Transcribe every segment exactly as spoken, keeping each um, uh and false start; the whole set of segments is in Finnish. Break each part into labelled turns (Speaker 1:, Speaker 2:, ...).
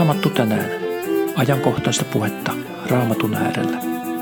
Speaker 1: Raamattu tänään. Ajankohtaista puhetta Raamatun äärellä.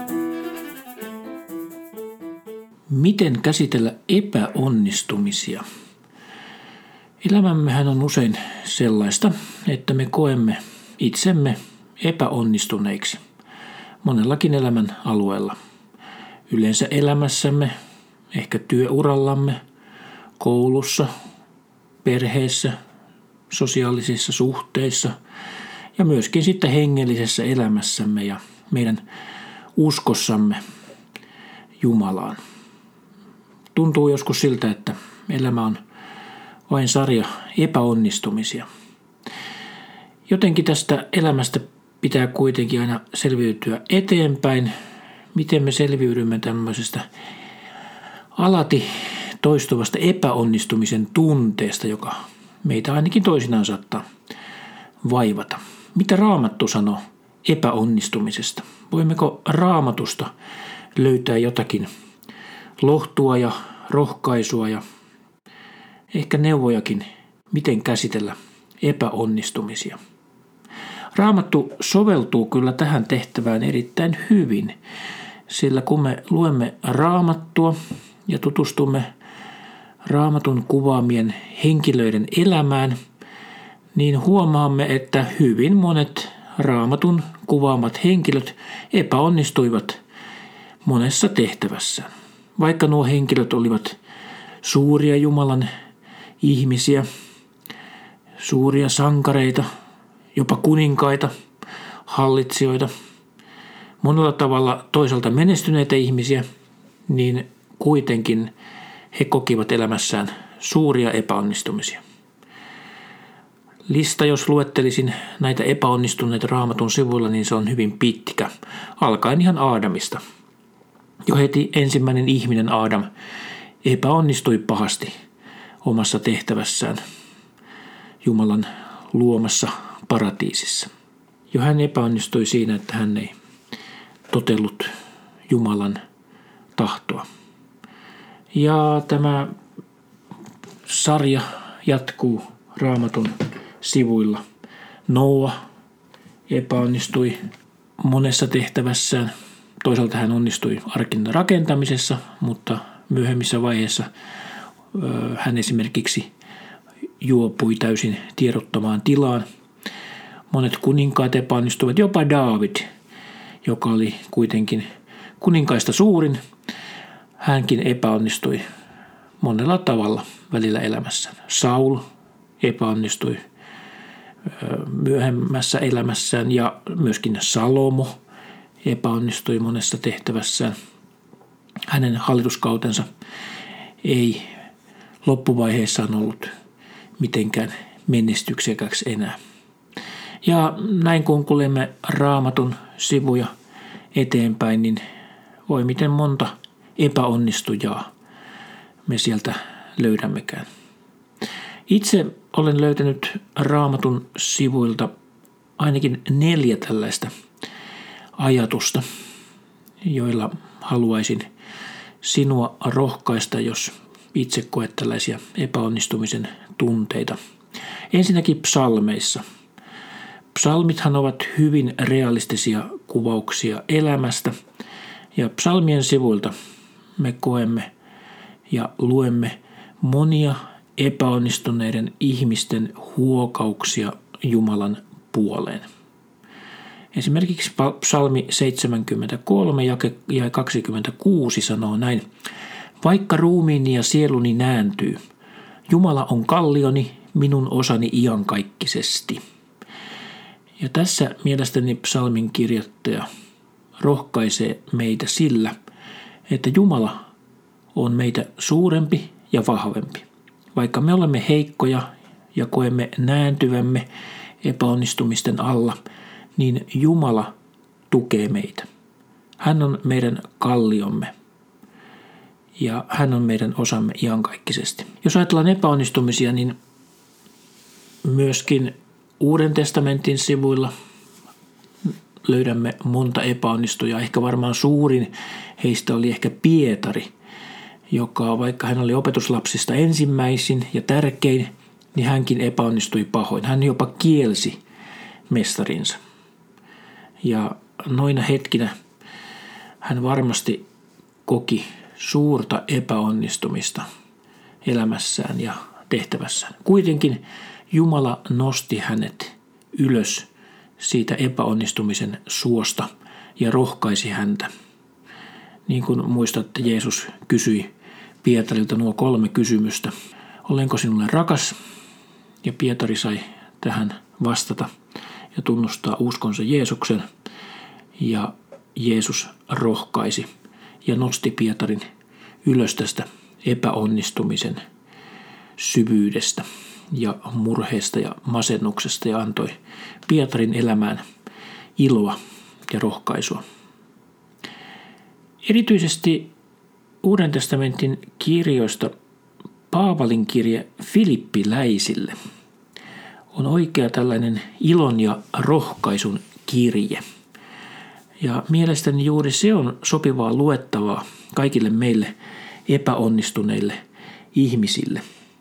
Speaker 1: Miten käsitellä epäonnistumisia? Elämämmehän on usein sellaista, että me koemme itsemme epäonnistuneiksi monellakin elämän alueella. Yleensä elämässämme, ehkä työurallamme, koulussa, perheessä, sosiaalisissa suhteissa ja myöskin sitten hengellisessä elämässämme ja meidän uskossamme Jumalaan. Tuntuu joskus siltä, että elämä on vain sarja epäonnistumisia. Jotenkin tästä elämästä pitää kuitenkin aina selviytyä eteenpäin. Miten me selviydymme tämmöisestä alati toistuvasta epäonnistumisen tunteesta, joka meitä ainakin toisinaan saattaa vaivata. Mitä Raamattu sanoo epäonnistumisesta? Voimmeko Raamatusta löytää jotakin lohtua ja rohkaisua ja ehkä neuvojakin, miten käsitellä epäonnistumisia? Raamattu soveltuu kyllä tähän tehtävään erittäin hyvin, sillä kun me luemme Raamattua ja tutustumme Raamatun kuvaamien henkilöiden elämään, niin huomaamme, että hyvin monet Raamatun kuvaamat henkilöt epäonnistuivat monessa tehtävässään. Vaikka nuo henkilöt olivat suuria Jumalan ihmisiä, suuria sankareita, jopa kuninkaita, hallitsijoita, monella tavalla toisaalta menestyneitä ihmisiä, niin kuitenkin he kokivat elämässään suuria epäonnistumisia. Lista, jos luettelisin näitä epäonnistuneita Raamatun sivuilla, niin se on hyvin pitkä, alkaen ihan Aadamista. Jo heti ensimmäinen ihminen Aadam epäonnistui pahasti omassa tehtävässään Jumalan luomassa paratiisissa. Jo hän epäonnistui siinä, että hän ei totellut Jumalan tahtoa. Ja tämä sarja jatkuu Raamatun sivuilla. Noa epäonnistui monessa tehtävässään. Toisaalta hän onnistui arkin rakentamisessa, mutta myöhemmissä vaiheissa hän esimerkiksi juopui täysin tiedottomaan tilaan. Monet kuninkaat epäonnistuivat, jopa Daavid, joka oli kuitenkin kuninkaista suurin. Hänkin epäonnistui monella tavalla välillä elämässään. Saul epäonnistui myöhemmässä elämässään ja myöskin Salomo epäonnistui monessa tehtävässään. Hänen hallituskautensa ei loppuvaiheessaan ollut mitenkään menestyksekäksi enää. Ja näin kun kuljemme Raamatun sivuja eteenpäin, niin voi miten monta epäonnistujaa me sieltä löydämmekään. Itse olen löytänyt Raamatun sivuilta ainakin neljä tällaista ajatusta, joilla haluaisin sinua rohkaista, jos itse koet tällaisia epäonnistumisen tunteita. Ensinnäkin psalmeissa. Psalmithan ovat hyvin realistisia kuvauksia elämästä ja psalmien sivuilta me koemme ja luemme monia epäonnistuneiden ihmisten huokauksia Jumalan puoleen. Esimerkiksi psalmi seitsemänkymmentäkolme ja kaksikymmentäkuusi sanoo näin: vaikka ruumiini ja sieluni nääntyy, Jumala on kallioni, minun osani iankaikkisesti. Ja tässä mielestäni psalmin kirjoittaja rohkaisee meitä sillä, että Jumala on meitä suurempi ja vahvempi. Vaikka me olemme heikkoja ja koemme nääntyvämme epäonnistumisten alla, niin Jumala tukee meitä. Hän on meidän kalliomme ja hän on meidän osamme iankaikkisesti. Jos ajatellaan epäonnistumisia, niin myöskin Uuden testamentin sivuilla löydämme monta epäonnistujaa. Ehkä varmaan suurin heistä oli ehkä Pietari, joka vaikka hän oli opetuslapsista ensimmäisin ja tärkein, niin hänkin epäonnistui pahoin. Hän jopa kielsi mestarinsa. Ja noina hetkinä hän varmasti koki suurta epäonnistumista elämässään ja tehtävässään. Kuitenkin Jumala nosti hänet ylös siitä epäonnistumisen suosta ja rohkaisi häntä. Niin kuin muistatte, Jeesus kysyi Pietarilta nuo kolme kysymystä. Olenko sinulle rakas? Ja Pietari sai tähän vastata ja tunnustaa uskonsa Jeesuksen. Ja Jeesus rohkaisi ja nosti Pietarin ylös tästä epäonnistumisen syvyydestä ja murheesta ja masennuksesta ja antoi Pietarin elämään iloa ja rohkaisua. Erityisesti Uuden testamentin kirjoista Paavalin kirje Filippiläisille on oikea tällainen ilon ja rohkaisun kirje. Ja mielestäni juuri se on sopivaa luettavaa kaikille meille epäonnistuneille ihmisille.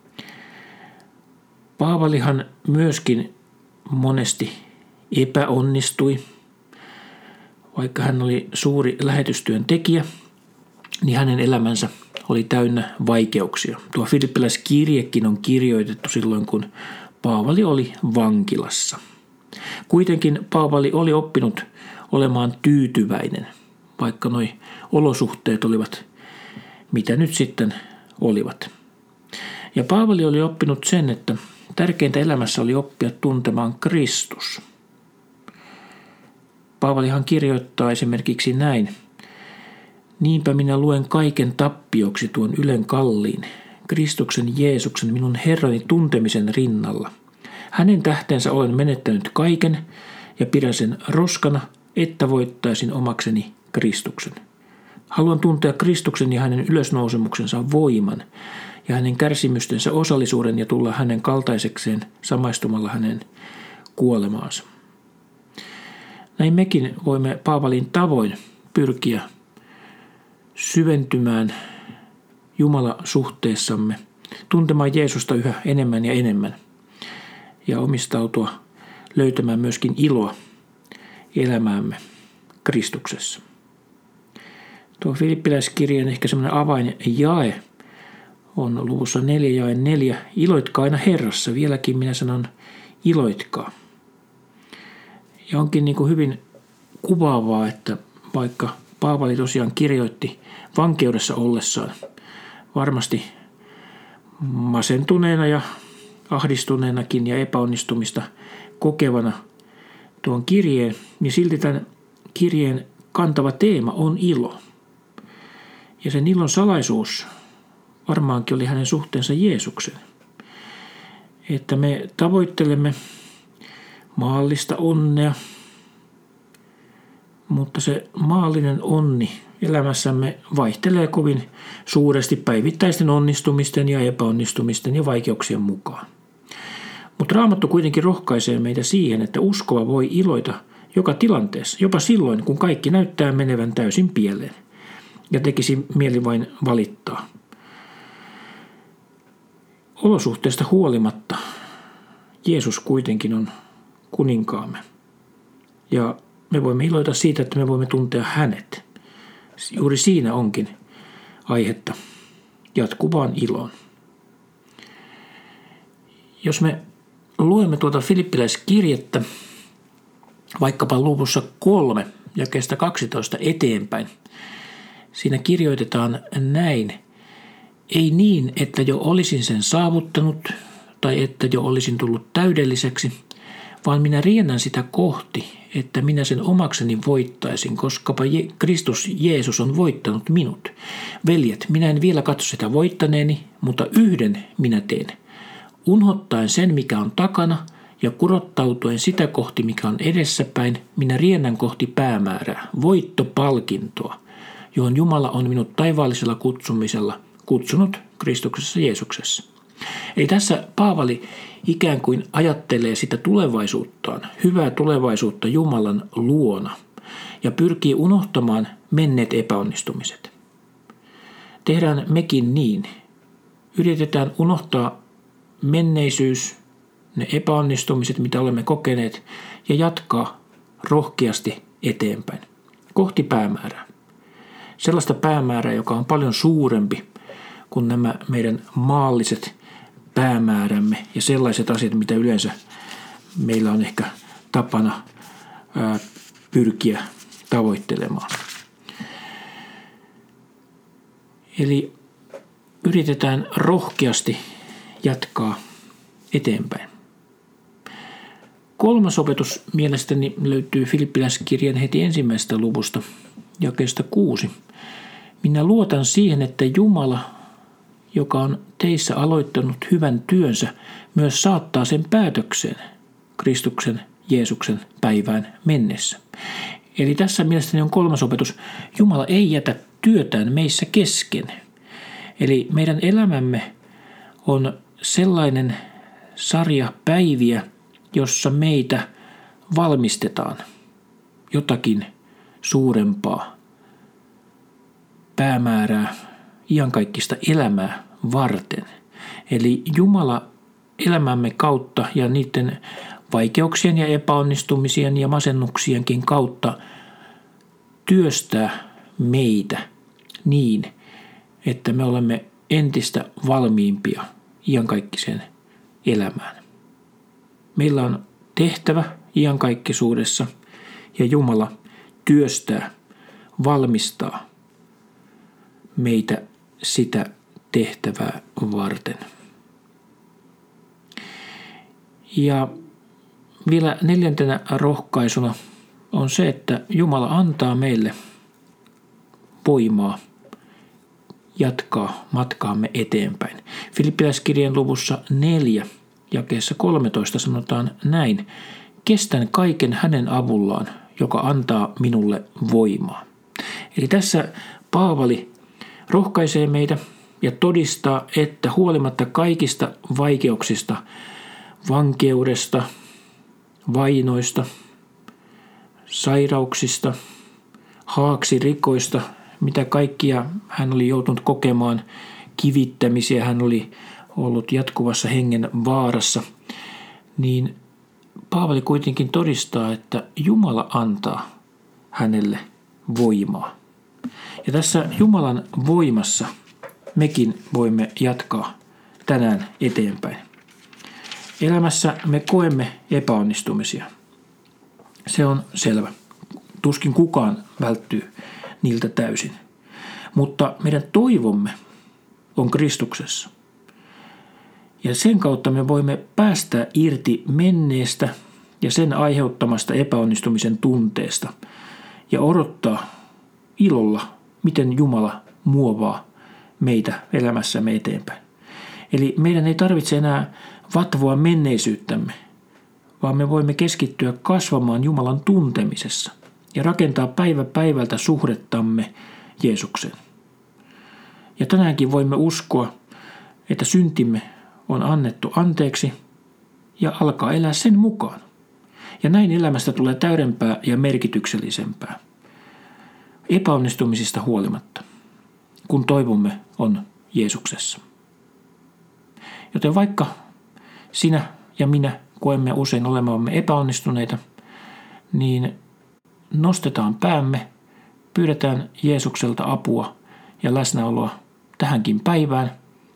Speaker 1: Paavalihan myöskin monesti epäonnistui. Vaikka hän oli suuri lähetystyön tekijä, niin hänen elämänsä oli täynnä vaikeuksia. Tuo Filippiläiskirjekin on kirjoitettu silloin, kun Paavali oli vankilassa. Kuitenkin Paavali oli oppinut olemaan tyytyväinen, vaikka nuo olosuhteet olivat, mitä nyt sitten olivat. Ja Paavali oli oppinut sen, että tärkeintä elämässä oli oppia tuntemaan Kristus. Paavalihan kirjoittaa esimerkiksi näin. Niinpä minä luen kaiken tappioksi tuon ylen kalliin, Kristuksen Jeesuksen minun Herrani tuntemisen rinnalla. Hänen tähtensä olen menettänyt kaiken ja pidän sen roskana, että voittaisin omakseni Kristuksen. Haluan tuntea Kristuksen ja hänen ylösnousemuksensa voiman ja hänen kärsimystensä osallisuuden ja tulla hänen kaltaisekseen samaistumalla hänen kuolemaansa. Näin mekin voimme Paavalin tavoin pyrkiä syventymään Jumala-suhteessamme, tuntemaan Jeesusta yhä enemmän ja enemmän ja omistautua löytämään myöskin iloa elämäämme Kristuksessa. Tuo Filippiläiskirjan ehkä semmoinen avainjae on luvussa neljä jae neljä. Iloitkaa aina Herrassa, vieläkin minä sanon iloitkaa. Ja onkin niin kuin hyvin kuvaavaa, että vaikka Paavali tosiaan kirjoitti vankeudessa ollessaan varmasti masentuneena ja ahdistuneenakin ja epäonnistumista kokevana tuon kirjeen, niin silti tämän kirjeen kantava teema on ilo. Ja sen ilon salaisuus varmaankin oli hänen suhteensa Jeesukseen. Että me tavoittelemme maallista onnea, mutta se maallinen onni elämässämme vaihtelee kovin suuresti päivittäisten onnistumisten ja epäonnistumisten ja vaikeuksien mukaan. Mutta Raamattu kuitenkin rohkaisee meitä siihen, että uskova voi iloita joka tilanteessa, jopa silloin, kun kaikki näyttää menevän täysin pieleen ja tekisi mieli vain valittaa. Olosuhteista huolimatta Jeesus kuitenkin on kuninkaamme ja me voimme iloita siitä, että me voimme tuntea hänet. Juuri siinä onkin aihetta jatkuvaan iloon. Jos me luemme tuota Filippiläiskirjettä vaikkapa luvussa kolme ja kestä kaksitoista eteenpäin, siinä kirjoitetaan näin. Ei niin, että jo olisin sen saavuttanut tai että jo olisin tullut täydelliseksi, vaan minä riennän sitä kohti, että minä sen omakseni voittaisin, koskapa Kristus Jeesus on voittanut minut. Veljet, minä en vielä katso sitä voittaneeni, mutta yhden minä teen. Unhottaen sen, mikä on takana, ja kurottautuen sitä kohti, mikä on edessäpäin, minä riennän kohti päämäärää, voittopalkintoa, johon Jumala on minut taivaallisella kutsumisella kutsunut Kristuksessa Jeesuksessa. Eli tässä Paavali ikään kuin ajattelee sitä tulevaisuuttaan, hyvää tulevaisuutta Jumalan luona ja pyrkii unohtamaan menneet epäonnistumiset. Tehdään mekin niin. Yritetään unohtaa menneisyys, ne epäonnistumiset, mitä olemme kokeneet, ja jatkaa rohkeasti eteenpäin, kohti päämäärää. Sellaista päämäärää, joka on paljon suurempi kuin nämä meidän maalliset päämäärämme ja sellaiset asiat, mitä yleensä meillä on ehkä tapana ää, pyrkiä tavoittelemaan. Eli yritetään rohkeasti jatkaa eteenpäin. Kolmas opetus mielestäni löytyy Filippiläiskirjan heti ensimmäisestä luvusta, jakeesta kuusi. Minä luotan siihen, että Jumala, joka on teissä aloittanut hyvän työnsä, myös saattaa sen päätökseen Kristuksen Jeesuksen päivään mennessä. Eli tässä mielestäni on kolmas opetus. Jumala ei jätä työtään meissä kesken. Eli meidän elämämme on sellainen sarja päiviä, jossa meitä valmistetaan jotakin suurempaa päämäärää, iankaikkista elämää varten. Eli Jumala elämämme kautta ja niiden vaikeuksien ja epäonnistumisien ja masennuksienkin kautta työstää meitä niin, että me olemme entistä valmiimpia iankaikkiseen elämään. Meillä on tehtävä iankaikkisuudessa ja Jumala työstää, valmistaa meitä sitä tehtävää varten. Ja vielä neljäntenä rohkaisuna on se, että Jumala antaa meille voimaa jatkaa matkaamme eteenpäin. Filippiläiskirjan luvussa neljä, jakeessa kolmetoista sanotaan näin: kestän kaiken hänen avullaan, joka antaa minulle voimaa. Eli tässä Paavali rohkaisee meitä ja todistaa, että huolimatta kaikista vaikeuksista, vankeudesta, vainoista, sairauksista, haaksirikoista, mitä kaikkia hän oli joutunut kokemaan, kivittämisiä, hän oli ollut jatkuvassa hengen vaarassa, niin Paavali kuitenkin todistaa, että Jumala antaa hänelle voimaa. Ja tässä Jumalan voimassa mekin voimme jatkaa tänään eteenpäin. Elämässä me koemme epäonnistumisia. Se on selvä. Tuskin kukaan välttyy niiltä täysin. Mutta meidän toivomme on Kristuksessa. Ja sen kautta me voimme päästä irti menneestä ja sen aiheuttamasta epäonnistumisen tunteesta ja odottaa ilolla, miten Jumala muovaa meitä elämässämme eteenpäin. Eli meidän ei tarvitse enää vatvoa menneisyyttämme, vaan me voimme keskittyä kasvamaan Jumalan tuntemisessa ja rakentaa päivä päivältä suhdettamme Jeesukseen. Ja tänäänkin voimme uskoa, että syntimme on annettu anteeksi ja alkaa elää sen mukaan. Ja näin elämästä tulee täydempää ja merkityksellisempää. Epäonnistumisista huolimatta, kun toivomme on Jeesuksessa. Joten vaikka sinä ja minä koemme usein olemamme epäonnistuneita, niin nostetaan päämme, pyydetään Jeesukselta apua ja läsnäoloa tähänkin päivään,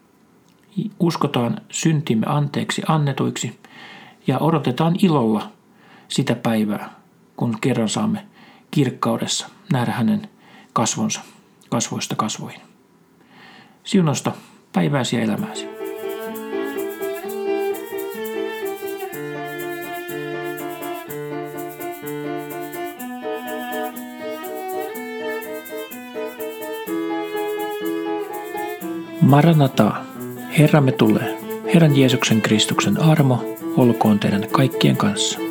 Speaker 1: uskotaan syntimme anteeksi annetuiksi ja odotetaan ilolla sitä päivää, kun kerran saamme kirkkaudessa nähdä hänen kasvonsa kasvoista kasvoihin. Siunausta päivääsi ja elämääsi. Maranatha, Herramme tulee. Herran Jeesuksen Kristuksen armo olkoon teidän kaikkien kanssa.